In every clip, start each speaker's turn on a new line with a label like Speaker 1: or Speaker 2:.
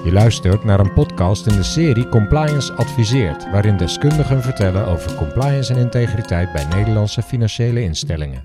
Speaker 1: Je luistert naar een podcast in de serie Compliance Adviseert, waarin deskundigen vertellen over compliance en integriteit bij Nederlandse financiële instellingen.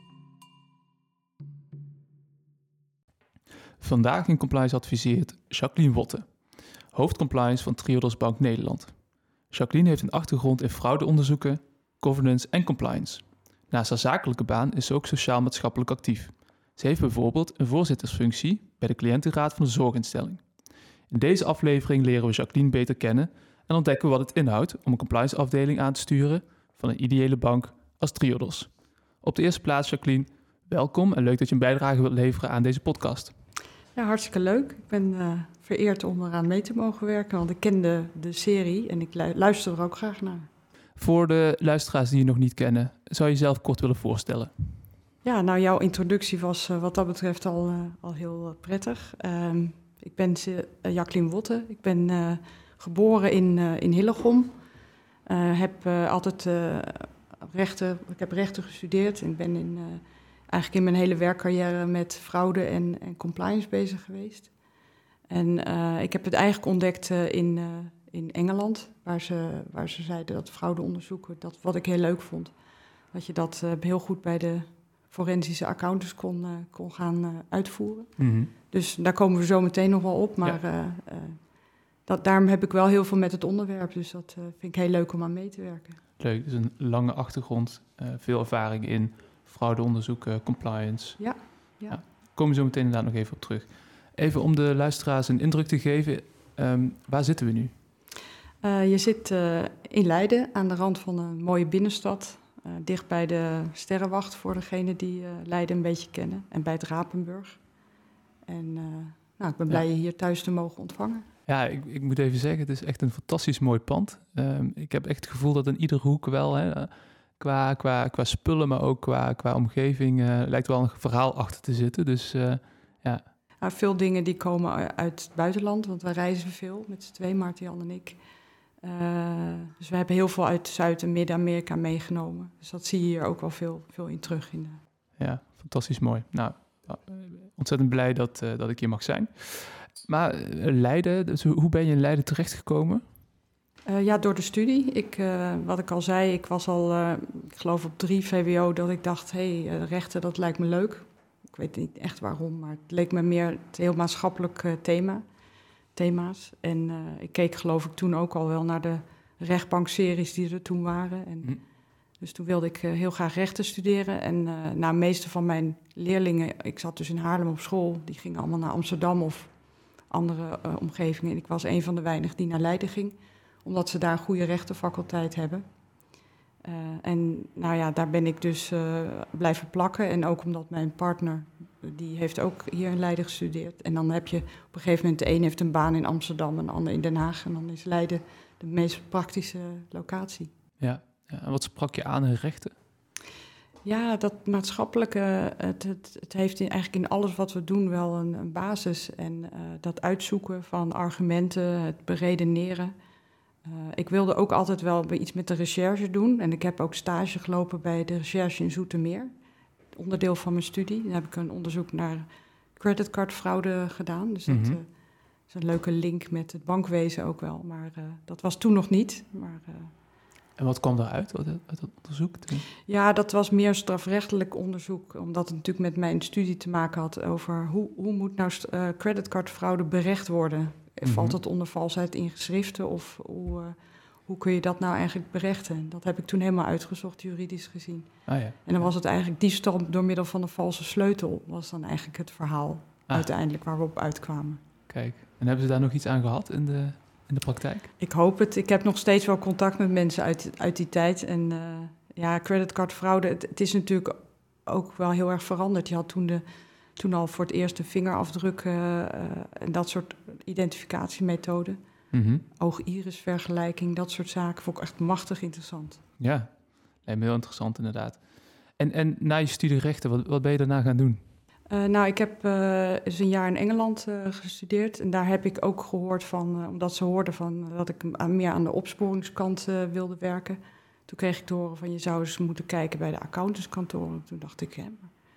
Speaker 2: Vandaag in Compliance Adviseert Jacqueline Wotte, hoofdcompliance van Triodos Bank Nederland. Jacqueline heeft een achtergrond in fraudeonderzoeken, governance en compliance. Naast haar zakelijke baan is ze ook sociaal-maatschappelijk actief. Ze heeft bijvoorbeeld een voorzittersfunctie bij de cliëntenraad van de zorginstelling. In deze aflevering leren we Jacqueline beter kennen en ontdekken we wat het inhoudt om een compliance afdeling aan te sturen van een ideële bank als Triodos. Op de eerste plaats, Jacqueline, welkom en leuk dat je een bijdrage wilt leveren aan deze podcast.
Speaker 3: Ja, hartstikke leuk. Ik ben vereerd om eraan mee te mogen werken, want ik kende de serie en ik luister er ook graag naar.
Speaker 2: Voor de luisteraars die je nog niet kennen, zou je jezelf kort willen voorstellen?
Speaker 3: Ja, nou jouw introductie was wat dat betreft al heel prettig. Ik ben Jacqueline Wotte. Ik ben geboren in Hillegom. Heb altijd rechten gestudeerd. Ik ben eigenlijk in mijn hele werkcarrière met fraude en compliance bezig geweest. En ik heb het eigenlijk ontdekt in Engeland, waar ze zeiden dat fraudeonderzoeken, dat wat ik heel leuk vond, dat je dat heel goed bij de forensische accountants kon gaan uitvoeren. Mm-hmm. Dus daar komen we zo meteen nog wel op, maar daarom heb ik wel heel veel met het onderwerp, dus dat vind ik heel leuk om aan mee te werken.
Speaker 2: Leuk, dus een lange achtergrond, veel ervaring in fraudeonderzoeken, compliance. Ja. Komen we zo meteen inderdaad nog even op terug. Even om de luisteraars een indruk te geven, waar zitten we nu?
Speaker 3: Je zit in Leiden, aan de rand van een mooie binnenstad. Dicht bij de Sterrenwacht, voor degenen die Leiden een beetje kennen. En bij het Rapenburg. En ik ben blij je hier thuis te mogen ontvangen.
Speaker 2: Ja, ik moet even zeggen, het is echt een fantastisch mooi pand. Ik heb echt het gevoel dat in ieder hoek wel, qua spullen, maar ook qua omgeving, lijkt wel een verhaal achter te zitten. Dus ja.
Speaker 3: Veel dingen die komen uit het buitenland, want wij reizen veel met z'n twee, Maarten-Jan en ik. Dus we hebben heel veel uit Zuid- en Midden-Amerika meegenomen. Dus dat zie je hier ook wel veel in terug.
Speaker 2: Ja, fantastisch mooi. Nou, ontzettend blij dat ik hier mag zijn. Maar Leiden, dus hoe ben je in Leiden terechtgekomen?
Speaker 3: Door de studie. Wat ik al zei, ik was al, ik geloof op 3 VWO dat ik dacht, rechten, dat lijkt me leuk. Ik weet niet echt waarom, maar het leek me meer het heel maatschappelijk thema's. En ik keek geloof ik toen ook al wel naar de rechtbankseries die er toen waren. En dus toen wilde ik heel graag rechten studeren. En de meeste van mijn leerlingen, ik zat dus in Haarlem op school, die gingen allemaal naar Amsterdam of andere omgevingen. En ik was een van de weinigen die naar Leiden ging, omdat ze daar een goede rechtenfaculteit hebben. Daar ben ik dus blijven plakken. En ook omdat mijn partner, die heeft ook hier in Leiden gestudeerd. En dan heb je op een gegeven moment, de een heeft een baan in Amsterdam en de ander in Den Haag. En dan is Leiden de meest praktische locatie.
Speaker 2: Ja. En wat sprak je aan in rechten?
Speaker 3: Ja, dat maatschappelijke, het heeft eigenlijk in alles wat we doen wel een basis. En dat uitzoeken van argumenten, het beredeneren. Ik wilde ook altijd wel iets met de recherche doen. En ik heb ook stage gelopen bij de recherche in Zoetermeer. Onderdeel van mijn studie. Dan heb ik een onderzoek naar creditcardfraude gedaan. Dus dat is een leuke link met het bankwezen ook wel. Maar dat was toen nog niet.
Speaker 2: En wat kwam daaruit uit dat onderzoek?
Speaker 3: Ja, dat was meer strafrechtelijk onderzoek. Omdat het natuurlijk met mijn studie te maken had over hoe moet nou creditcardfraude berecht worden. Valt het onder valsheid in geschriften of hoe kun je dat nou eigenlijk berechten? Dat heb ik toen helemaal uitgezocht, juridisch gezien. En dan was het eigenlijk diefstal door middel van een valse sleutel, was dan eigenlijk het verhaal uiteindelijk waar we op uitkwamen.
Speaker 2: Kijk, en hebben ze daar nog iets aan gehad in de praktijk? Ik
Speaker 3: hoop het. Ik heb nog steeds wel contact met mensen uit die tijd. En creditcardfraude, het is natuurlijk ook wel heel erg veranderd. Je had toen al voor het eerst de vingerafdruk en dat soort identificatiemethoden. Oog-iris-vergelijking, dat soort zaken. Vond ik echt machtig interessant.
Speaker 2: Ja, heel interessant inderdaad. En na je studie rechten, wat ben je daarna gaan doen?
Speaker 3: Ik heb dus een jaar in Engeland gestudeerd. En daar heb ik ook gehoord van, omdat ze hoorden van dat ik meer aan de opsporingskant wilde werken. Toen kreeg ik te horen van je zou eens moeten kijken bij de accountantskantoren. Toen dacht ik,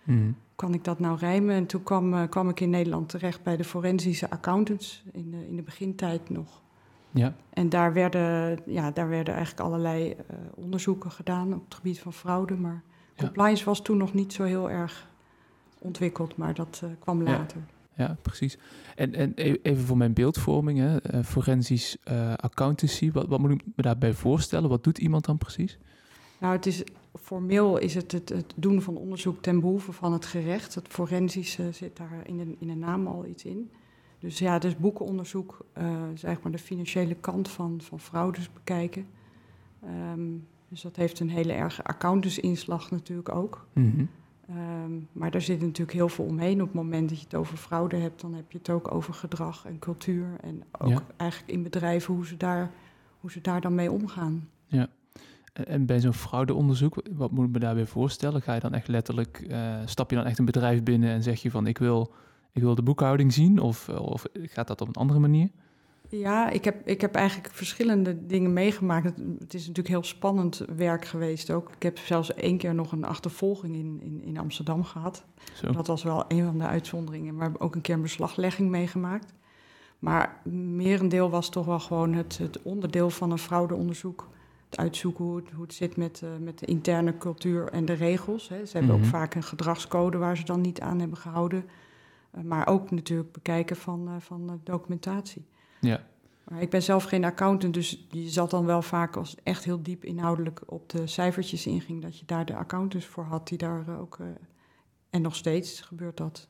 Speaker 3: Kan ik dat nou rijmen? En toen kwam ik in Nederland terecht bij de forensische accountants in de begintijd nog.
Speaker 2: Ja.
Speaker 3: En daar werden eigenlijk allerlei onderzoeken gedaan op het gebied van fraude. Maar compliance was toen nog niet zo heel erg ontwikkeld, maar dat kwam later.
Speaker 2: Ja, precies. En even voor mijn beeldvorming, hè, forensisch accountancy, wat moet ik me daarbij voorstellen? Wat doet iemand dan precies?
Speaker 3: Nou, formeel is het doen van onderzoek ten behoeve van het gerecht. Het forensische zit daar in de naam al iets in. Dus ja, dus boekenonderzoek, zeg maar de financiële kant van fraudes bekijken. Dus dat heeft een hele erge accountantsinslag natuurlijk ook.
Speaker 2: Mm-hmm.
Speaker 3: Maar daar zit natuurlijk heel veel omheen. Op het moment dat je het over fraude hebt, dan heb je het ook over gedrag en cultuur. En ook eigenlijk in bedrijven hoe ze daar dan mee omgaan.
Speaker 2: Ja. En bij zo'n fraudeonderzoek, wat moet ik me daarbij voorstellen? Ga je dan echt letterlijk, stap je dan echt een bedrijf binnen en zeg je van ik wil de boekhouding zien? Of gaat dat op een andere manier?
Speaker 3: Ja, ik heb eigenlijk verschillende dingen meegemaakt. Het is natuurlijk heel spannend werk geweest ook. Ik heb zelfs 1 keer nog een achtervolging in Amsterdam gehad.
Speaker 2: Zo.
Speaker 3: Dat was wel een van de uitzonderingen. Maar we hebben ook een keer een beslaglegging meegemaakt. Maar merendeel was toch wel gewoon het onderdeel van een fraudeonderzoek. Het uitzoeken hoe het zit met de interne cultuur en de regels. Hè. Ze hebben ook vaak een gedragscode waar ze dan niet aan hebben gehouden. Maar ook natuurlijk bekijken van documentatie.
Speaker 2: Ja.
Speaker 3: Maar ik ben zelf geen accountant, dus je zat dan wel vaak als het echt heel diep inhoudelijk op de cijfertjes inging, dat je daar de accountants voor had die daar ook... en nog steeds gebeurt dat.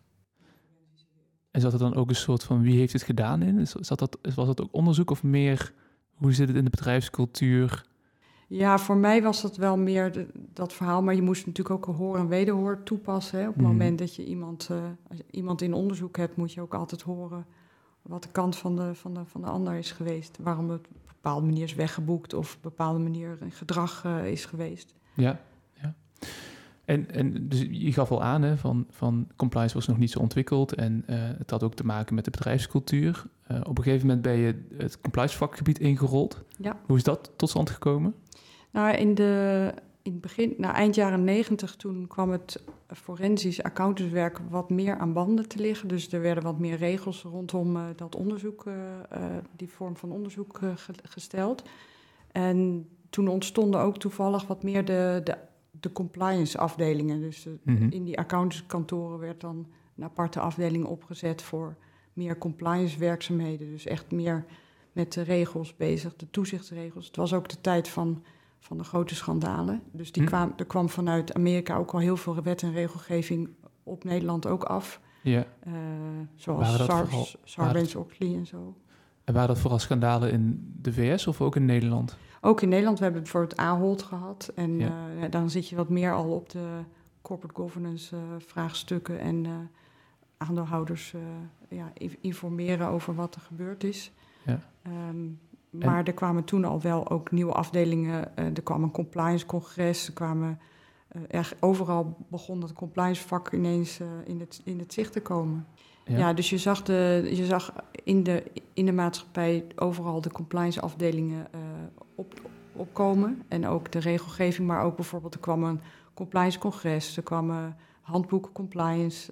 Speaker 2: En zat er dan ook een soort van wie heeft het gedaan in? Was dat ook onderzoek of meer hoe zit het in de bedrijfscultuur?
Speaker 3: Ja, voor mij was dat wel meer dat verhaal, maar je moest natuurlijk ook hoor en wederhoor toepassen. Hè. Op het moment dat je iemand in onderzoek hebt, moet je ook altijd horen wat de kant van de ander is geweest. Waarom het op een bepaalde manier is weggeboekt of op een bepaalde manier een gedrag is geweest. Ja.
Speaker 2: En dus je gaf al aan, hè, van compliance was nog niet zo ontwikkeld en het had ook te maken met de bedrijfscultuur. Op een gegeven moment ben je het compliance vakgebied ingerold.
Speaker 3: Ja.
Speaker 2: Hoe is dat tot stand gekomen?
Speaker 3: Nou, in het begin, eind jaren 90, toen kwam het forensisch accountantswerk wat meer aan banden te liggen. Dus er werden wat meer regels rondom dat onderzoek, die vorm van onderzoek gesteld. En toen ontstonden ook toevallig wat meer de compliance afdelingen. Dus in die accountantskantoren werd dan een aparte afdeling opgezet voor meer compliance werkzaamheden. Dus echt meer met de regels bezig, de toezichtsregels. Het was ook de tijd van de grote schandalen. Dus er kwam vanuit Amerika ook al heel veel wet en regelgeving op Nederland ook af.
Speaker 2: Ja.
Speaker 3: Zoals Sarbanes-Oxley en zo.
Speaker 2: En waren dat vooral schandalen in de VS of ook in Nederland?
Speaker 3: Ook in Nederland. We hebben bijvoorbeeld Ahold gehad. En dan zit je wat meer al op de corporate governance vraagstukken en aandeelhouders informeren over wat er gebeurd is.
Speaker 2: Ja.
Speaker 3: Maar er kwamen toen al wel ook nieuwe afdelingen. Er kwam een compliance-congres. Overal begon het compliance-vak ineens in het zicht te komen. Ja, dus je zag in de maatschappij overal de compliance-afdelingen opkomen. En ook de regelgeving, maar ook bijvoorbeeld er kwam een compliance-congres. Er kwamen handboeken compliance...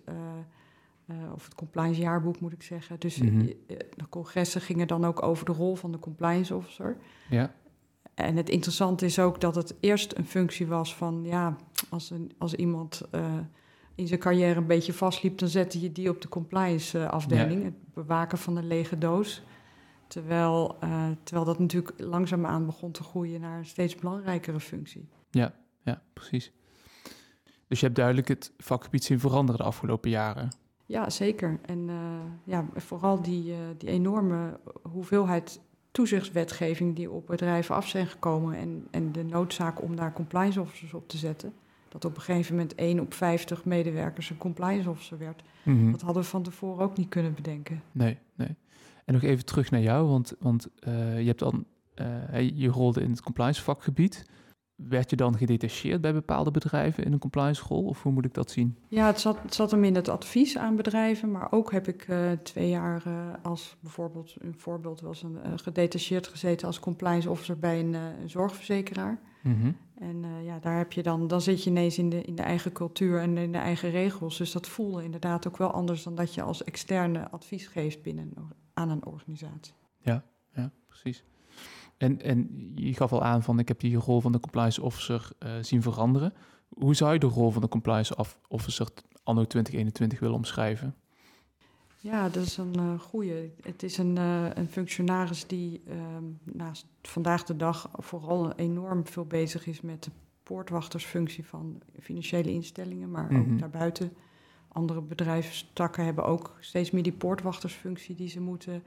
Speaker 3: of het compliance-jaarboek, moet ik zeggen. Dus de congressen gingen dan ook over de rol van de compliance officer.
Speaker 2: Ja.
Speaker 3: En het interessante is ook dat het eerst een functie was van... als iemand in zijn carrière een beetje vastliep... dan zette je die op de compliance-afdeling. Het bewaken van de lege doos. Terwijl dat natuurlijk langzaamaan begon te groeien... naar een steeds belangrijkere functie.
Speaker 2: Ja, precies. Dus je hebt duidelijk het vakgebied zien veranderen de afgelopen jaren...
Speaker 3: Ja, zeker. En vooral die enorme hoeveelheid toezichtswetgeving die op bedrijven af zijn gekomen en de noodzaak om daar compliance officers op te zetten. Dat op een gegeven moment 1 op 50 medewerkers een compliance officer werd. Dat hadden we van tevoren ook niet kunnen bedenken.
Speaker 2: Nee. En nog even terug naar jou, want je hebt dan je rolde in het compliance vakgebied. Werd je dan gedetacheerd bij bepaalde bedrijven in een compliance rol? Of hoe moet ik dat zien?
Speaker 3: Ja, het zat hem in het advies aan bedrijven. Maar ook heb ik 2 jaar als bijvoorbeeld... Een voorbeeld was gedetacheerd gezeten als compliance officer bij een zorgverzekeraar. En daar heb je dan zit je ineens in de eigen cultuur en in de eigen regels. Dus dat voelde inderdaad ook wel anders dan dat je als externe advies geeft aan een organisatie.
Speaker 2: Ja, precies. En je gaf al aan van, ik heb die rol van de compliance officer zien veranderen. Hoe zou je de rol van de compliance officer anno 2021 willen omschrijven?
Speaker 3: Ja, dat is een goeie. Het is een functionaris die naast vandaag de dag vooral enorm veel bezig is met de poortwachtersfunctie van financiële instellingen, maar ook daarbuiten. Andere bedrijfstakken hebben ook steeds meer die poortwachtersfunctie die ze moeten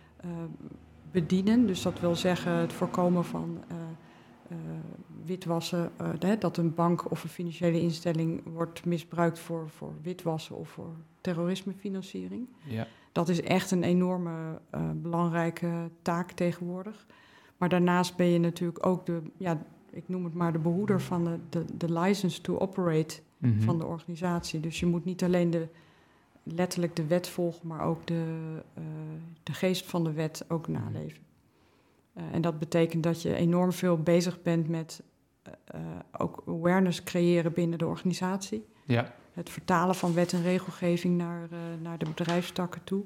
Speaker 3: bedienen. Dus dat wil zeggen het voorkomen van witwassen, dat een bank of een financiële instelling wordt misbruikt voor witwassen of voor terrorismefinanciering.
Speaker 2: Ja.
Speaker 3: Dat is echt een enorme belangrijke taak tegenwoordig. Maar daarnaast ben je natuurlijk ook ik noem het maar de behoeder van de license to operate van de organisatie. Dus je moet niet alleen letterlijk de wet volgen, maar ook de geest van de wet ook naleven. En dat betekent dat je enorm veel bezig bent met ook awareness creëren binnen de organisatie.
Speaker 2: Ja.
Speaker 3: Het vertalen van wet en regelgeving naar de bedrijfstakken toe.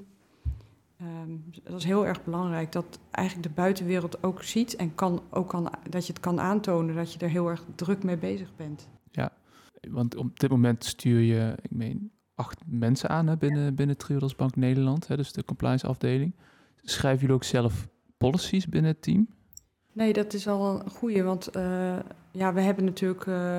Speaker 3: Dat is heel erg belangrijk, dat eigenlijk de buitenwereld ook ziet en dat je het kan aantonen dat je er heel erg druk mee bezig bent.
Speaker 2: Ja, want op dit moment stuur je, 8 mensen aan binnen Triodos Bank Nederland, dus de compliance afdeling. Schrijven jullie ook zelf policies binnen het team?
Speaker 3: Nee, dat is al een goeie, want we hebben natuurlijk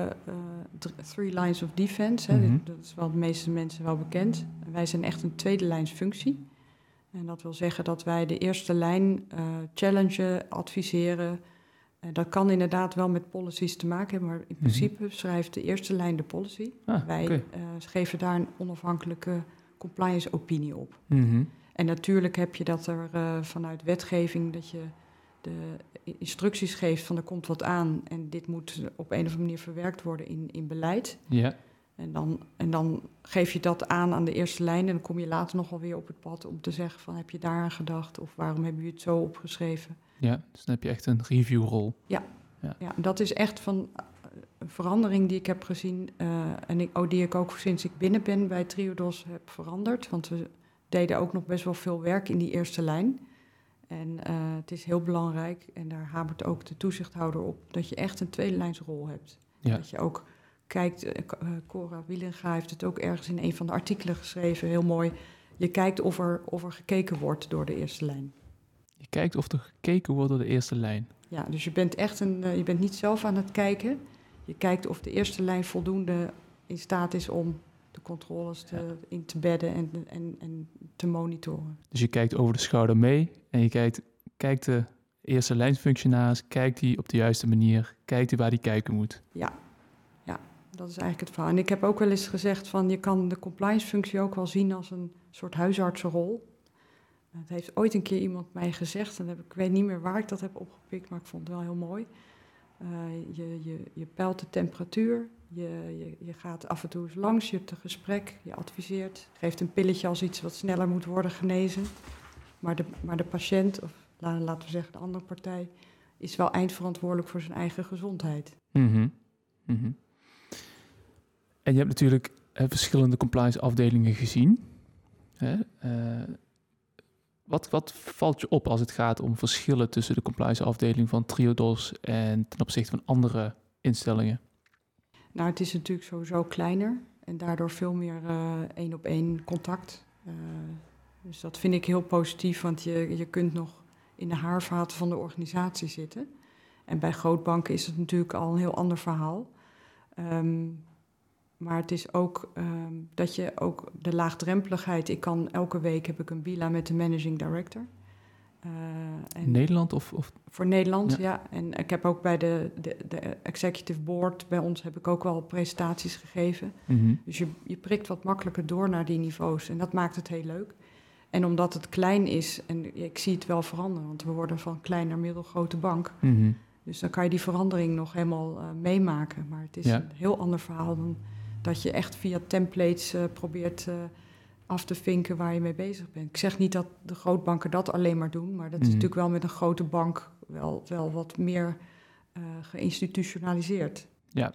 Speaker 3: 3 lines of defense. Dat is wel de meeste mensen wel bekend. Wij zijn echt een tweede lijnsfunctie. En dat wil zeggen dat wij de eerste lijn challengen, adviseren. Dat kan inderdaad wel met policies te maken hebben, maar in principe schrijft de eerste lijn de policy. Wij geven daar een onafhankelijke compliance opinie op. En natuurlijk heb je dat er vanuit wetgeving dat je de instructies geeft van er komt wat aan en dit moet op een of andere manier verwerkt worden in beleid.
Speaker 2: Ja.
Speaker 3: En dan geef je dat aan de eerste lijn en dan kom je later nog wel weer op het pad om te zeggen van heb je daaraan gedacht of waarom hebben jullie het zo opgeschreven?
Speaker 2: Ja, dus dan heb je echt een reviewrol.
Speaker 3: Ja, dat is echt van een verandering die ik heb gezien die ik ook sinds ik binnen ben bij Triodos heb veranderd. Want we deden ook nog best wel veel werk in die eerste lijn. En het is heel belangrijk, en daar hamert ook de toezichthouder op, dat je echt een tweede lijnsrol hebt.
Speaker 2: Ja.
Speaker 3: Dat je ook kijkt, Cora Wielenga heeft het ook ergens in een van de artikelen geschreven, heel mooi. Je kijkt of er gekeken wordt door de eerste lijn.
Speaker 2: Je kijkt of er gekeken wordt door de eerste lijn.
Speaker 3: Ja, dus je bent echt je bent niet zelf aan het kijken. Je kijkt of de eerste lijn voldoende in staat is om de controles in te bedden en te monitoren.
Speaker 2: Dus je kijkt over de schouder mee en je kijkt de eerste lijnsfunctionaris, kijkt die op de juiste manier, kijkt die waar die kijken moet.
Speaker 3: Ja, dat is eigenlijk het verhaal. En ik heb ook wel eens gezegd van je kan de compliance-functie ook wel zien als een soort huisartsenrol. Het heeft ooit een keer iemand mij gezegd, en ik weet niet meer waar ik dat heb opgepikt, maar ik vond het wel heel mooi. Je peilt de temperatuur, je gaat af en toe eens langs, je hebt een gesprek, je adviseert, geeft een pilletje als iets wat sneller moet worden genezen. Maar de patiënt, of laten we zeggen de andere partij, is wel eindverantwoordelijk voor zijn eigen gezondheid.
Speaker 2: En je hebt natuurlijk verschillende compliance afdelingen gezien. Wat valt je op als het gaat om verschillen tussen de compliance afdeling van Triodos en ten opzichte van andere instellingen?
Speaker 3: Nou, het is natuurlijk sowieso kleiner en daardoor veel meer 1-op-1 contact. Dus dat vind ik heel positief, want je kunt nog in de haarvaten van de organisatie zitten. En bij grootbanken is het natuurlijk al een heel ander verhaal. Maar het is ook dat je ook de laagdrempeligheid... Elke week heb ik een bila met de managing director.
Speaker 2: Nederland of?
Speaker 3: Voor Nederland, ja. En ik heb ook bij de executive board... bij ons heb ik ook wel presentaties gegeven. Dus je prikt wat makkelijker door naar die niveaus. En dat maakt het heel leuk. En omdat het klein is, en ik zie het wel veranderen... want we worden van klein naar middelgrote bank... Dus dan kan je die verandering nog helemaal meemaken. Maar het is een heel ander verhaal dan dat je echt via templates probeert af te vinken waar je mee bezig bent. Ik zeg niet dat de grootbanken dat alleen maar doen, maar dat is natuurlijk wel met een grote bank wel wat meer geïnstitutionaliseerd.
Speaker 2: Ja.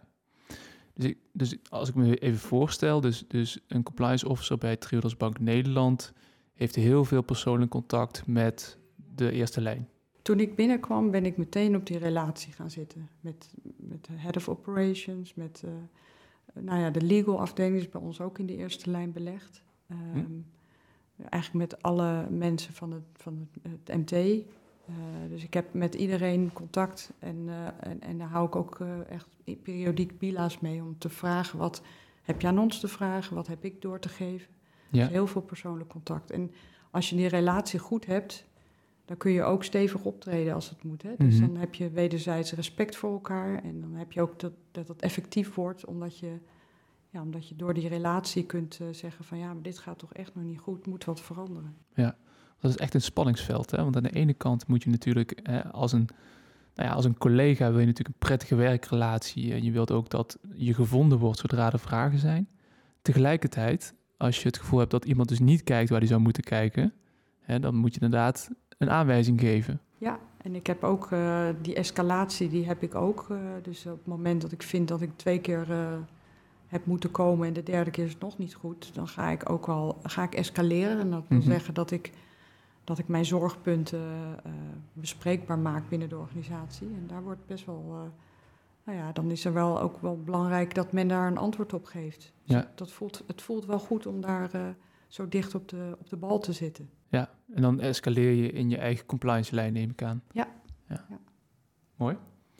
Speaker 2: Dus als ik me even voorstel, dus een compliance officer bij Triodos Bank Nederland heeft heel veel persoonlijk contact met de eerste lijn.
Speaker 3: Toen ik binnenkwam, ben ik meteen op die relatie gaan zitten. Met de head of operations, met de legal afdeling is bij ons ook in de eerste lijn belegd. Eigenlijk met alle mensen van het MT. Dus ik heb met iedereen contact en daar hou ik ook echt periodiek bila's mee om te vragen, wat heb je aan ons te vragen, wat heb ik door te geven.
Speaker 2: Ja.
Speaker 3: Dus heel veel persoonlijk contact. En als je die relatie goed hebt, dan kun je ook stevig optreden als het moet. Hè? Dus dan heb je wederzijds respect voor elkaar en dan heb je ook dat het effectief wordt, omdat je door die relatie kunt zeggen van ja, maar dit gaat toch echt nog niet goed, moet wat veranderen.
Speaker 2: Ja, dat is echt een spanningsveld. Hè? Want aan de ene kant moet je natuurlijk als een collega wil je natuurlijk een prettige werkrelatie. En je wilt ook dat je gevonden wordt zodra er vragen zijn. Tegelijkertijd, als je het gevoel hebt dat iemand dus niet kijkt waar hij zou moeten kijken, dan moet je inderdaad een aanwijzing geven.
Speaker 3: Ja, en ik heb ook die escalatie, die heb ik ook. Dus op het moment dat ik vind dat ik 2 keer heb moeten komen en de 3e keer is het nog niet goed, dan ga ik escaleren. En dat wil zeggen dat ik mijn zorgpunten bespreekbaar maak binnen de organisatie. En daar wordt best wel, dan is er wel ook wel belangrijk dat men daar een antwoord op geeft.
Speaker 2: Ja.
Speaker 3: Dus het voelt wel goed om daar zo dicht op de bal te zitten.
Speaker 2: Ja, en dan escaleer je in je eigen compliance-lijn, neem ik aan.
Speaker 3: Ja.
Speaker 2: Mooi.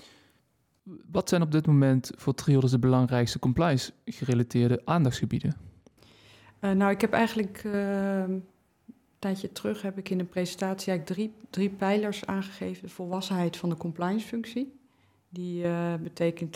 Speaker 2: Wat zijn op dit moment voor Triodos de belangrijkste compliance-gerelateerde aandachtsgebieden?
Speaker 3: Ik heb eigenlijk een tijdje terug heb ik in een presentatie eigenlijk drie pijlers aangegeven. De volwassenheid van de compliance-functie. Die betekent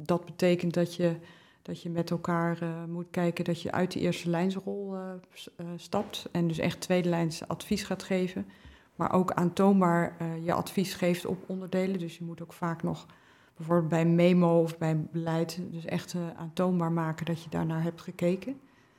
Speaker 3: dat je met elkaar moet kijken dat je uit de eerste lijnsrol stapt en dus echt tweede lijns advies gaat geven. Maar ook aantoonbaar je advies geeft op onderdelen. Dus je moet ook vaak nog bijvoorbeeld bij een memo of bij een beleid dus echt aantoonbaar maken dat je daarnaar hebt gekeken.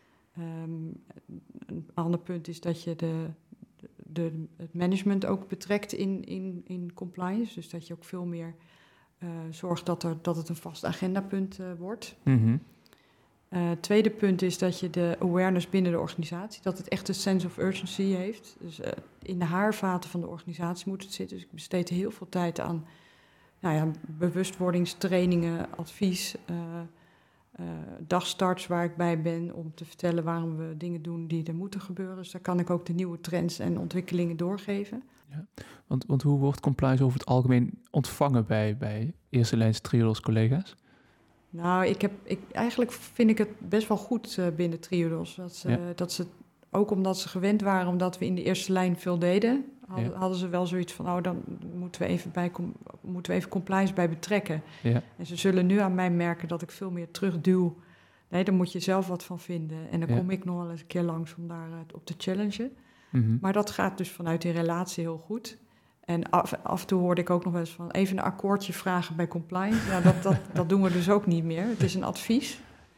Speaker 3: Een ander punt is dat je het management ook betrekt in compliance. Dus dat je ook veel meer zorgt dat het een vast agendapunt wordt. Tweede punt is dat je de awareness binnen de organisatie, dat het echt een sense of urgency heeft. Dus in de haarvaten van de organisatie moet het zitten. Dus ik besteed heel veel tijd aan bewustwordingstrainingen, advies, dagstarts waar ik bij ben om te vertellen waarom we dingen doen die er moeten gebeuren. Dus daar kan ik ook de nieuwe trends en ontwikkelingen doorgeven.
Speaker 2: Ja, want hoe wordt compliance over het algemeen ontvangen bij eerste lijns Triodos collega's?
Speaker 3: Nou, eigenlijk vind ik het best wel goed binnen Triodos. Dat ze, ook omdat ze gewend waren, omdat we in de eerste lijn veel deden, hadden ze wel zoiets van, dan moeten we even compliance bij betrekken. Ja. En ze zullen nu aan mij merken dat ik veel meer terugduw. Nee, daar moet je zelf wat van vinden. En dan kom ik nog wel eens een keer langs om daar op te challengen. Maar dat gaat dus vanuit die relatie heel goed. En af en toe hoorde ik ook nog wel eens van even een akkoordje vragen bij compliance. Ja, dat doen we dus ook niet meer. Het is een advies.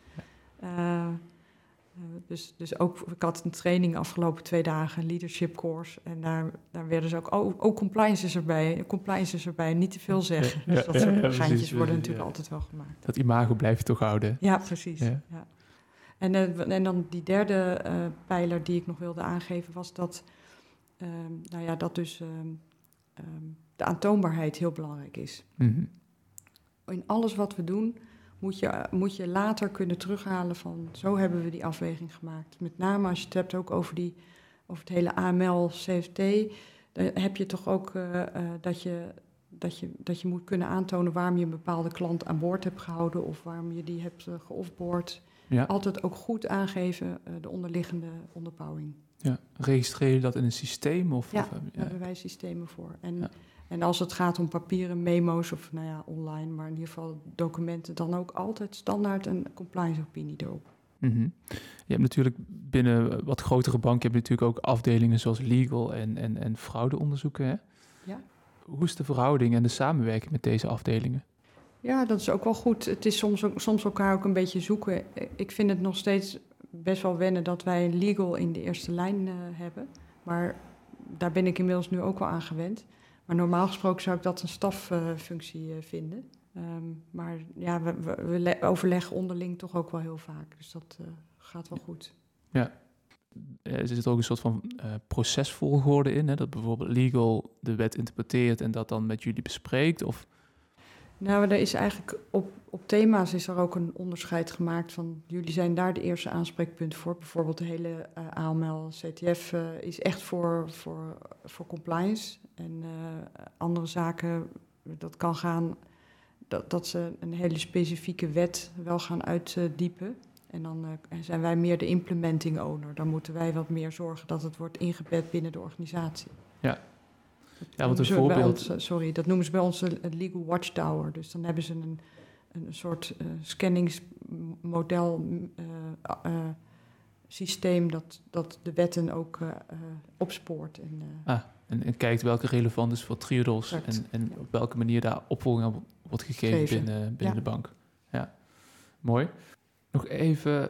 Speaker 3: Dus ook, ik had een training afgelopen 2 dagen, een leadership course. En daar werden ze ook compliance is erbij. Compliance is erbij, niet te veel zeggen. Dus dat soort geintjes worden natuurlijk altijd wel gemaakt.
Speaker 2: Dat imago blijf je toch houden.
Speaker 3: Ja, precies. Ja. Ja. En dan die derde pijler die ik nog wilde aangeven was dat, de aantoonbaarheid heel belangrijk is. In alles wat we doen moet je later kunnen terughalen van zo hebben we die afweging gemaakt. Met name als je het hebt ook over het hele AML, CFT, dan heb je toch ook dat je moet kunnen aantonen waarom je een bepaalde klant aan boord hebt gehouden of waarom je die hebt geoffboard. Ja. Altijd ook goed aangeven de onderliggende onderbouwing.
Speaker 2: Ja, registreer je dat in een systeem?
Speaker 3: Daar hebben wij systemen voor. En als het gaat om papieren memo's of online, maar in ieder geval documenten, dan ook altijd standaard een compliance opinie erop.
Speaker 2: Je hebt natuurlijk binnen wat grotere banken natuurlijk ook afdelingen zoals legal en fraudeonderzoeken. Hè?
Speaker 3: Ja.
Speaker 2: Hoe is de verhouding en de samenwerking met deze afdelingen?
Speaker 3: Ja, dat is ook wel goed. Het is soms elkaar ook een beetje zoeken. Ik vind het nog steeds best wel wennen dat wij een legal in de eerste lijn hebben. Maar daar ben ik inmiddels nu ook wel aan gewend. Maar normaal gesproken zou ik dat een staffunctie vinden. Maar ja, we overleggen onderling toch ook wel heel vaak. Dus dat gaat wel goed.
Speaker 2: Ja. Er zit ook een soort van procesvolgorde in, hè? Dat bijvoorbeeld legal de wet interpreteert en dat dan met jullie bespreekt? Of?
Speaker 3: Nou, er is eigenlijk op thema's is er ook een onderscheid gemaakt van jullie zijn daar de eerste aanspreekpunt voor. Bijvoorbeeld de hele AML, CTF is echt voor compliance. En andere zaken, dat kan gaan dat ze een hele specifieke wet wel gaan uitdiepen. En dan zijn wij meer de implementing owner. Dan moeten wij wat meer zorgen dat het wordt ingebed binnen de organisatie.
Speaker 2: Ja. Ja, want een voorbeeld...
Speaker 3: dat noemen ze bij ons een legal watchtower. Dus dan hebben ze een soort scanningsmodel systeem dat de wetten ook opspoort.
Speaker 2: En kijkt welke relevant is voor Triodos en op welke manier daar opvolging aan wordt gegeven binnen de bank. Ja, mooi. Nog even,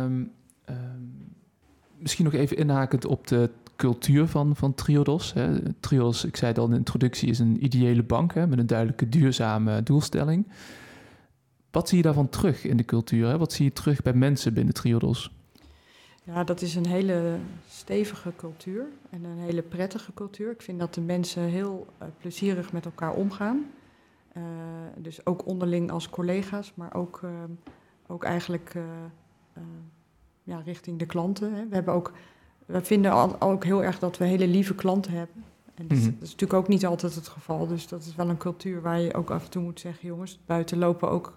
Speaker 2: misschien nog even inhakend op de cultuur van Triodos. Hè. Triodos, ik zei het al in de introductie, is een ideële bank met een duidelijke duurzame doelstelling. Wat zie je daarvan terug in de cultuur? Hè? Wat zie je terug bij mensen binnen Triodos?
Speaker 3: Ja, dat is een hele stevige cultuur en een hele prettige cultuur. Ik vind dat de mensen heel plezierig met elkaar omgaan. Dus ook onderling als collega's, maar ook eigenlijk richting de klanten. Hè. We vinden ook heel erg dat we hele lieve klanten hebben. En dat is natuurlijk ook niet altijd het geval. Dus dat is wel een cultuur waar je ook af en toe moet zeggen... jongens, buiten lopen ook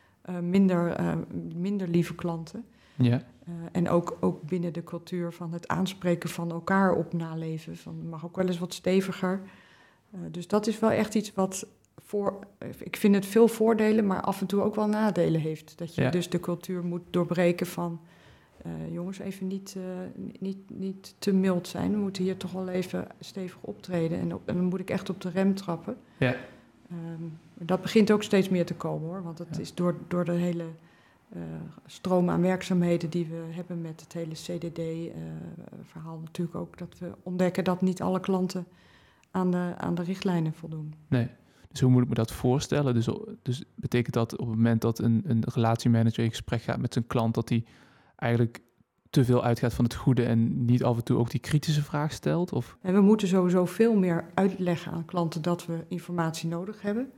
Speaker 3: minder lieve klanten.
Speaker 2: Ja.
Speaker 3: En ook binnen de cultuur van het aanspreken van elkaar op naleven. Van mag ook wel eens wat steviger. Dus dat is wel echt iets wat ik vind het veel voordelen, maar af en toe ook wel nadelen heeft. Dat je dus de cultuur moet doorbreken van... jongens, even niet te mild zijn. We moeten hier toch wel even stevig optreden. En dan moet ik echt op de rem trappen.
Speaker 2: Ja.
Speaker 3: Dat begint ook steeds meer te komen, hoor. Want het is door de hele stroom aan werkzaamheden die we hebben met het hele CDD-verhaal natuurlijk ook... dat we ontdekken dat niet alle klanten aan de richtlijnen voldoen.
Speaker 2: Nee. Dus hoe moet ik me dat voorstellen? Dus betekent dat op het moment dat een relatiemanager in gesprek gaat met zijn klant... dat hij eigenlijk te veel uitgaat van het goede en niet af en toe ook die kritische vraag stelt? Of?
Speaker 3: En we moeten sowieso veel meer uitleggen aan klanten dat we informatie nodig hebben.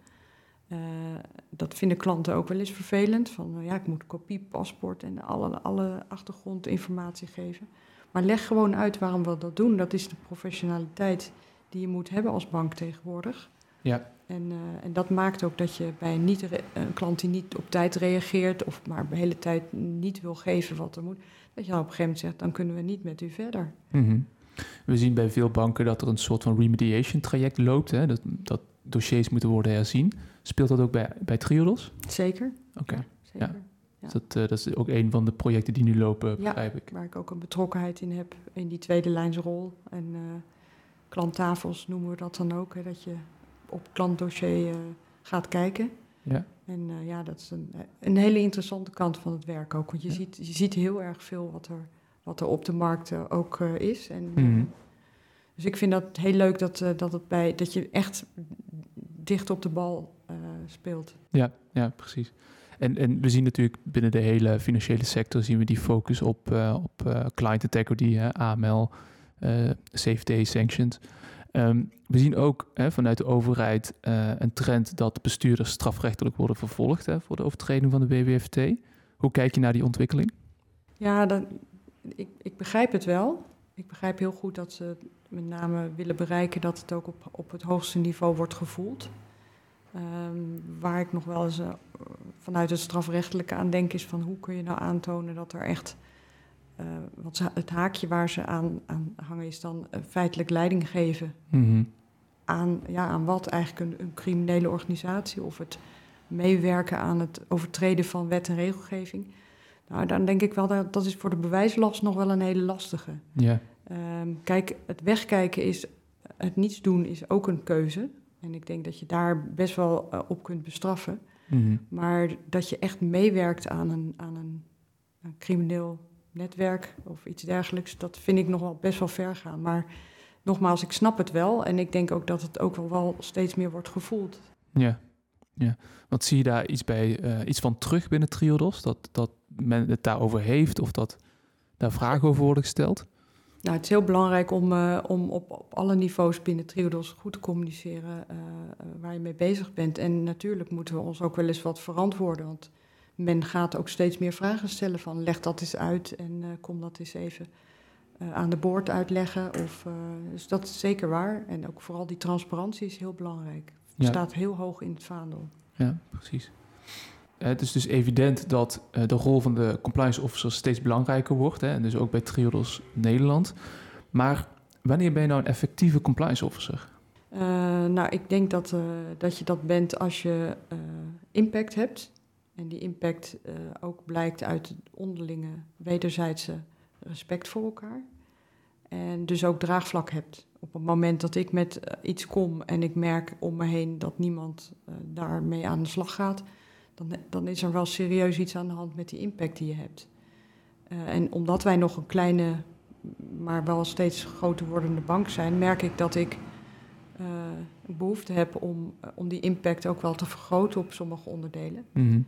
Speaker 3: Dat vinden klanten ook wel eens vervelend. Van ik moet kopie, paspoort en alle achtergrondinformatie geven. Maar leg gewoon uit waarom we dat doen. Dat is de professionaliteit die je moet hebben als bank tegenwoordig.
Speaker 2: Ja.
Speaker 3: En dat maakt ook dat je bij een klant die niet op tijd reageert... of maar de hele tijd niet wil geven wat er moet... dat je dan op een gegeven moment zegt, dan kunnen we niet met u verder.
Speaker 2: Mm-hmm. We zien bij veel banken dat er een soort van remediation traject loopt. Hè? Dat dossiers moeten worden herzien. Speelt dat ook bij Triodos?
Speaker 3: Zeker.
Speaker 2: Oké.
Speaker 3: Ja, zeker.
Speaker 2: Ja. Ja. Dus dat is ook een van de projecten die nu lopen, begrijp ik.
Speaker 3: Waar ik ook een betrokkenheid in heb in die tweede lijnsrol. En klanttafels noemen we dat dan ook, hè, dat je op klantdossier gaat kijken. Ja. En dat is een hele interessante kant van het werk ook. Want je ziet heel erg veel wat er op de markt ook is. En, dus ik vind dat heel leuk dat je echt dicht op de bal speelt.
Speaker 2: Ja, precies. En we zien natuurlijk binnen de hele financiële sector... zien we die focus op client integrity, AML, CFT, sanctions... we zien ook vanuit de overheid een trend dat bestuurders strafrechtelijk worden vervolgd voor de overtreding van de WWFT. Hoe kijk je naar die ontwikkeling? Ja,
Speaker 3: ik begrijp het wel. Ik begrijp heel goed dat ze met name willen bereiken dat het ook op het hoogste niveau wordt gevoeld. Waar ik nog wel eens vanuit het strafrechtelijke aan denk is van hoe kun je nou aantonen dat er echt... want het haakje waar ze aan hangen is dan feitelijk leiding geven. Aan wat eigenlijk een criminele organisatie... of het meewerken aan het overtreden van wet en regelgeving. Nou, dan denk ik wel dat is voor de bewijslast nog wel een hele lastige.
Speaker 2: Ja.
Speaker 3: Kijk, het wegkijken het niets doen is ook een keuze. En ik denk dat je daar best wel op kunt bestraffen. Maar dat je echt meewerkt aan een crimineel netwerk of iets dergelijks, dat vind ik nog wel best wel ver gaan. Maar nogmaals, ik snap het wel. En ik denk ook dat het ook wel steeds meer wordt gevoeld.
Speaker 2: Ja. Want zie je daar iets van terug binnen Triodos? Dat men het daarover heeft of dat daar vragen over worden gesteld?
Speaker 3: Nou, het is heel belangrijk om op alle niveaus binnen Triodos goed te communiceren waar je mee bezig bent. En natuurlijk moeten we ons ook wel eens wat verantwoorden. Want men gaat ook steeds meer vragen stellen van leg dat eens uit en kom dat eens even aan de boord uitleggen. Dus dat is zeker waar. En ook vooral die transparantie is heel belangrijk. Het staat heel hoog in het vaandel.
Speaker 2: Ja, precies. Het is dus evident dat de rol van de compliance officer steeds belangrijker wordt. Hè, en dus ook bij Triodos Nederland. Maar wanneer ben je nou een effectieve compliance officer?
Speaker 3: Nou, ik denk dat je dat bent als je impact hebt. En die impact ook blijkt uit het onderlinge wederzijdse respect voor elkaar. En dus ook draagvlak hebt. Op het moment dat ik met iets kom en ik merk om me heen dat niemand daarmee aan de slag gaat, dan is er wel serieus iets aan de hand met die impact die je hebt. En omdat wij nog een kleine, maar wel steeds groter wordende bank zijn, merk ik dat ik behoefte heb om die impact ook wel te vergroten op sommige onderdelen.
Speaker 2: Mm-hmm.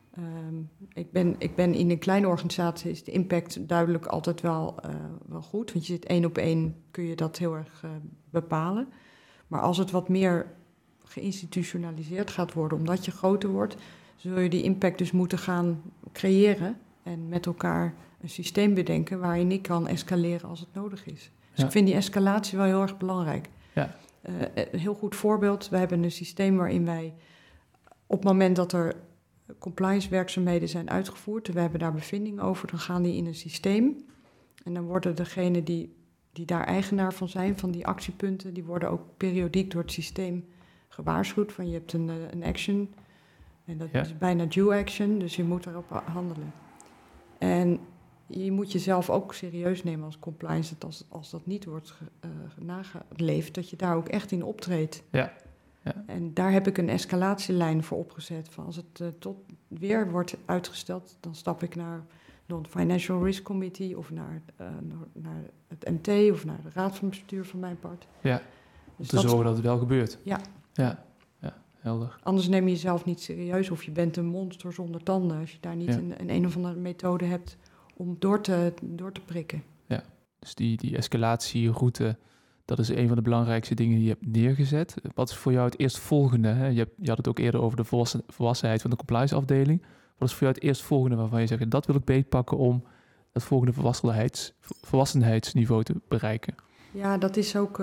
Speaker 3: Ik ben in een kleine organisatie, is de impact duidelijk altijd wel goed. Want je zit 1 op 1, kun je dat heel erg bepalen. Maar als het wat meer geïnstitutionaliseerd gaat worden, omdat je groter wordt, zul je die impact dus moeten gaan creëren en met elkaar een systeem bedenken waarin ik kan escaleren als het nodig is. Dus ik vind die escalatie wel heel erg belangrijk.
Speaker 2: Ja.
Speaker 3: Een heel goed voorbeeld, we hebben een systeem waarin wij op het moment dat er compliance werkzaamheden zijn uitgevoerd, we hebben daar bevindingen over, dan gaan die in een systeem. En dan worden degenen die daar eigenaar van zijn, van die actiepunten, die worden ook periodiek door het systeem gewaarschuwd. Van je hebt een action en dat is bijna due action, dus je moet erop handelen. En je moet jezelf ook serieus nemen als compliance, dat als dat niet wordt nageleefd, dat je daar ook echt in optreedt.
Speaker 2: Ja.
Speaker 3: En daar heb ik een escalatielijn voor opgezet. Van als het tot weer wordt uitgesteld, dan stap ik naar de Financial Risk Committee of naar het MT of naar de raad van bestuur van mijn part.
Speaker 2: Ja, dus te zorgen dat het wel gebeurt.
Speaker 3: Ja,
Speaker 2: helder.
Speaker 3: Anders neem je jezelf niet serieus of je bent een monster zonder tanden als je daar niet een of andere methode hebt om door te prikken.
Speaker 2: Ja, dus die escalatieroute, dat is een van de belangrijkste dingen die je hebt neergezet. Wat is voor jou het eerstvolgende? Hè? Je had het ook eerder over de volwassenheid van de compliance afdeling. Wat is voor jou het eerstvolgende waarvan je zegt, dat wil ik beetpakken om dat volgende volwassenheidsniveau te bereiken? Ja,
Speaker 3: dat is ook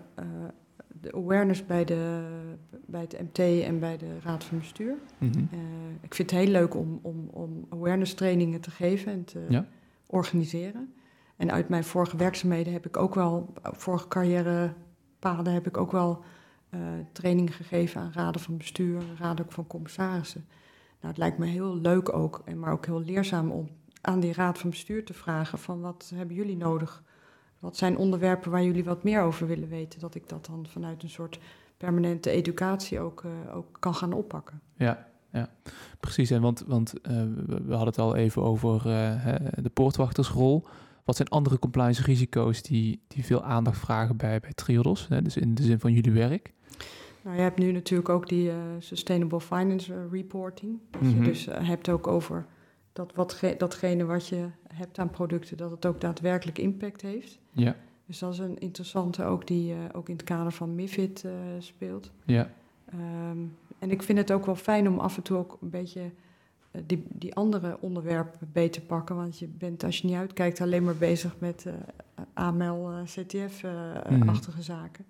Speaker 3: de awareness bij het MT en bij de raad van bestuur.
Speaker 2: Mm-hmm.
Speaker 3: Ik vind het heel leuk om awareness trainingen te geven en te organiseren. En uit mijn vorige werkzaamheden heb ik ook wel, vorige carrièrepaden heb ik ook wel training gegeven aan raden van bestuur, raden van commissarissen. Nou, het lijkt me heel leuk ook, maar ook heel leerzaam om aan die raad van bestuur te vragen van wat hebben jullie nodig? Wat zijn onderwerpen waar jullie wat meer over willen weten? Dat ik dat dan vanuit een soort permanente educatie ook kan gaan oppakken.
Speaker 2: Ja, precies. En want we hadden het al even over de poortwachtersrol. Wat zijn andere compliance risico's die veel aandacht vragen bij Triodos? Hè? Dus in de zin van jullie werk?
Speaker 3: Nou, je hebt nu natuurlijk ook die Sustainable Finance Reporting. Dat je dus hebt ook over datgene wat je hebt aan producten, dat het ook daadwerkelijk impact heeft.
Speaker 2: Ja.
Speaker 3: Dus dat is een interessante ook die ook in het kader van MiFID speelt.
Speaker 2: Ja.
Speaker 3: En ik vind het ook wel fijn om af en toe ook een beetje die andere onderwerpen beter te pakken. Want je bent, als je niet uitkijkt, alleen maar bezig met AML, CTF-achtige zaken.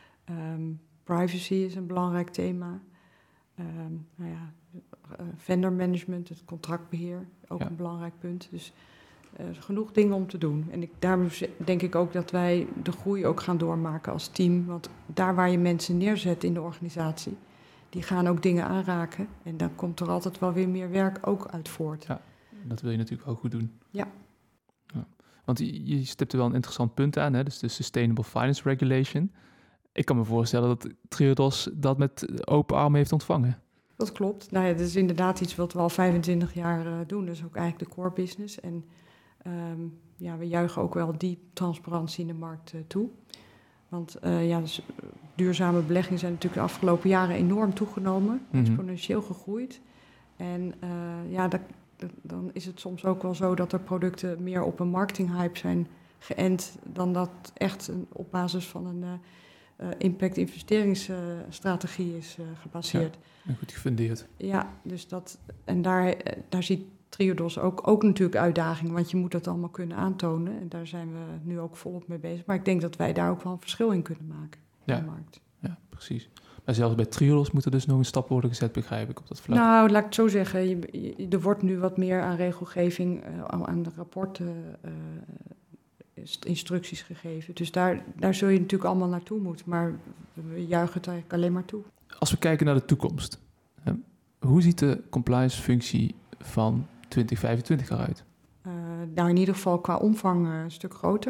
Speaker 3: Privacy is een belangrijk thema. Vendor management, het contractbeheer, ook een belangrijk punt. Dus genoeg dingen om te doen. En daarom denk ik ook dat wij de groei ook gaan doormaken als team. Want daar waar je mensen neerzet in de organisatie, die gaan ook dingen aanraken. En dan komt er altijd wel weer meer werk ook uit voort.
Speaker 2: Ja, dat wil je natuurlijk ook goed doen.
Speaker 3: Ja.
Speaker 2: Want je stipte wel een interessant punt aan, hè? Dus de Sustainable Finance Regulation. Ik kan me voorstellen dat Triodos dat met open armen heeft ontvangen.
Speaker 3: Dat klopt. Nou ja, dat is inderdaad iets wat we al 25 jaar doen. Dat is ook eigenlijk de core business. En we juichen ook wel die transparantie in de markt toe. Want duurzame beleggingen zijn natuurlijk de afgelopen jaren enorm toegenomen, exponentieel gegroeid. En dan is het soms ook wel zo dat er producten meer op een marketinghype zijn geënt dan dat echt op basis van een impact-investeringsstrategie is gebaseerd.
Speaker 2: Ja, goed gefundeerd.
Speaker 3: Ja, dus daar ziet Triodos ook natuurlijk uitdagingen, want je moet dat allemaal kunnen aantonen. En daar zijn we nu ook volop mee bezig. Maar ik denk dat wij daar ook wel een verschil in kunnen maken in de markt.
Speaker 2: Ja, precies. Maar zelfs bij Triodos moet er dus nog een stap worden gezet, begrijp ik, op dat vlak.
Speaker 3: Nou, laat ik het zo zeggen. Er wordt nu wat meer aan regelgeving, aan de rapporten, instructies gegeven. Dus daar zul je natuurlijk allemaal naartoe moeten. Maar we juichen het eigenlijk alleen maar toe.
Speaker 2: Als we kijken naar de toekomst, hoe ziet de compliance-functie van 2025 eruit?
Speaker 3: Nou, in ieder geval qua omvang een stuk groter.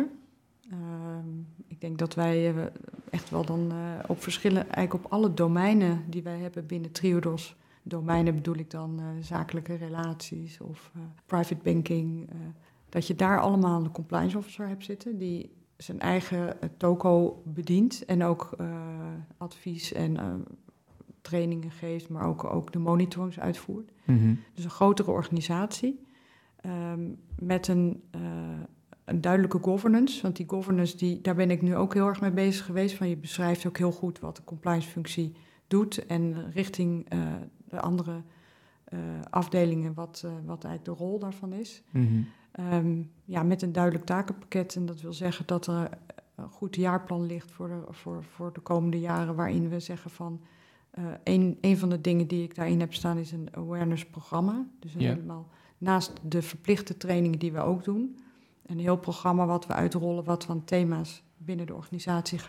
Speaker 3: Ik denk dat wij echt wel dan op verschillen, eigenlijk op alle domeinen die wij hebben binnen Triodos. Domeinen bedoel ik dan zakelijke relaties of private banking. Dat je daar allemaal een compliance officer hebt zitten die zijn eigen toko bedient en ook advies en trainingen geeft, maar ook de monitorings uitvoert. Mm-hmm. Dus een grotere organisatie met een duidelijke governance. Want die governance, daar ben ik nu ook heel erg mee bezig geweest. Van je beschrijft ook heel goed wat de compliance-functie doet en richting de andere afdelingen wat eigenlijk de rol daarvan is. Mm-hmm. Met een duidelijk takenpakket. En dat wil zeggen dat er een goed jaarplan ligt voor de komende jaren, waarin we zeggen van een van de dingen die ik daarin heb staan is een awareness-programma. Dus helemaal naast de verplichte trainingen die we ook doen, een heel programma wat we uitrollen, wat van thema's binnen de organisatie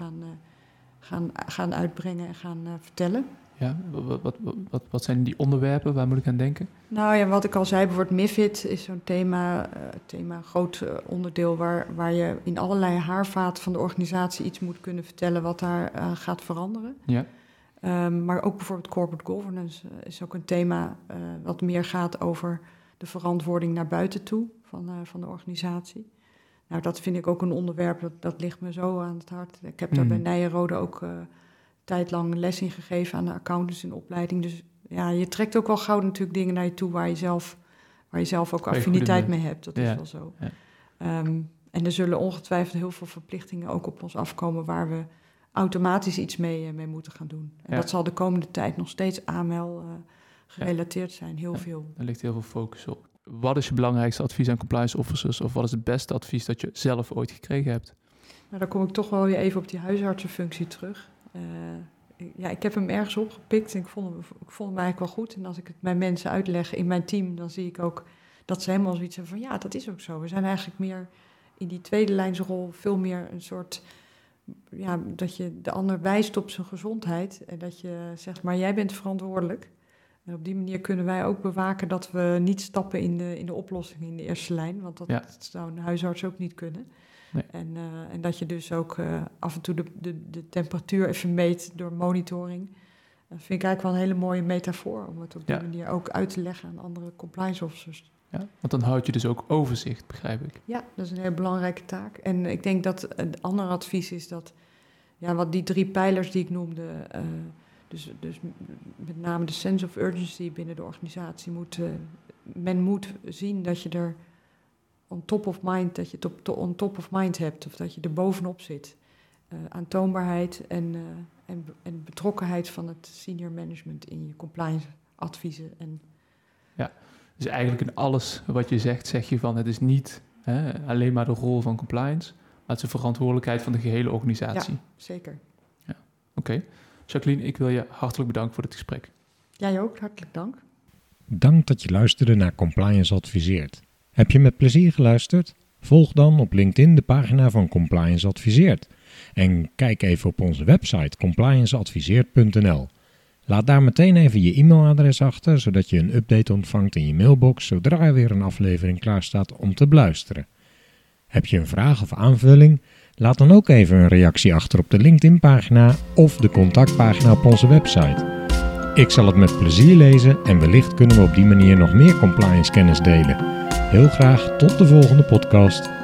Speaker 3: gaan uitbrengen en gaan vertellen.
Speaker 2: Ja, wat zijn die onderwerpen? Waar moet ik aan denken?
Speaker 3: Nou ja, wat ik al zei, bijvoorbeeld MiFID is zo'n thema, groot onderdeel waar je in allerlei haarvaten van de organisatie iets moet kunnen vertellen wat daar gaat veranderen. Ja. Maar ook bijvoorbeeld corporate governance is ook een thema wat meer gaat over de verantwoording naar buiten toe van de organisatie. Nou, dat vind ik ook een onderwerp, dat ligt me zo aan het hart. Ik heb daar bij Nijenrode ook tijdlang les in gegeven aan de accountants in opleiding. Dus ja, je trekt ook wel gauw natuurlijk dingen naar je toe waar je zelf ook affiniteit mee hebt. Dat is wel zo. Ja. En er zullen ongetwijfeld heel veel verplichtingen ook op ons afkomen waar we automatisch iets mee moeten gaan doen. En dat zal de komende tijd nog steeds AML gerelateerd zijn, heel veel.
Speaker 2: Er ligt heel veel focus op. Wat is je belangrijkste advies aan compliance officers? Of wat is het beste advies dat je zelf ooit gekregen hebt?
Speaker 3: Nou, dan kom ik toch wel weer even op die huisartsenfunctie terug. Ik heb hem ergens opgepikt en ik vond hem eigenlijk wel goed. En als ik het mijn mensen uitleg in mijn team, dan zie ik ook dat ze helemaal zoiets hebben van ja, dat is ook zo. We zijn eigenlijk meer in die tweede lijnsrol veel meer een soort, dat je de ander wijst op zijn gezondheid. En dat je zegt, maar jij bent verantwoordelijk. En op die manier kunnen wij ook bewaken dat we niet stappen in de oplossing in de eerste lijn. Want dat zou een huisarts ook niet kunnen. Nee. En dat je dus ook af en toe de temperatuur even meet door monitoring. Dat vind ik eigenlijk wel een hele mooie metafoor om het op die manier ook uit te leggen aan andere compliance officers.
Speaker 2: Ja, want dan houd je dus ook overzicht, begrijp ik.
Speaker 3: Ja, dat is een hele belangrijke taak. En ik denk dat een ander advies is dat, wat die 3 pijlers die ik noemde, dus met name de sense of urgency binnen de organisatie men moet zien dat je er on top of mind, dat je het on top of mind hebt of dat je er bovenop zit. Aantoonbaarheid en betrokkenheid van het senior management in je compliance adviezen.
Speaker 2: Ja, dus eigenlijk in alles wat je zegt, zeg je van het is niet alleen maar de rol van compliance, maar het is een verantwoordelijkheid van de gehele organisatie.
Speaker 3: Ja, zeker.
Speaker 2: Ja. Oké. Jacqueline, ik wil je hartelijk bedanken voor dit gesprek.
Speaker 3: Jij ook, hartelijk dank.
Speaker 1: Dank dat je luisterde naar Compliance Adviseert. Heb je met plezier geluisterd? Volg dan op LinkedIn de pagina van Compliance Adviseert. En kijk even op onze website complianceadviseert.nl. Laat daar meteen even je e-mailadres achter, zodat je een update ontvangt in je mailbox zodra er weer een aflevering klaar staat om te beluisteren. Heb je een vraag of aanvulling? Laat dan ook even een reactie achter op de LinkedIn-pagina of de contactpagina op onze website. Ik zal het met plezier lezen en wellicht kunnen we op die manier nog meer compliance kennis delen. Heel graag tot de volgende podcast.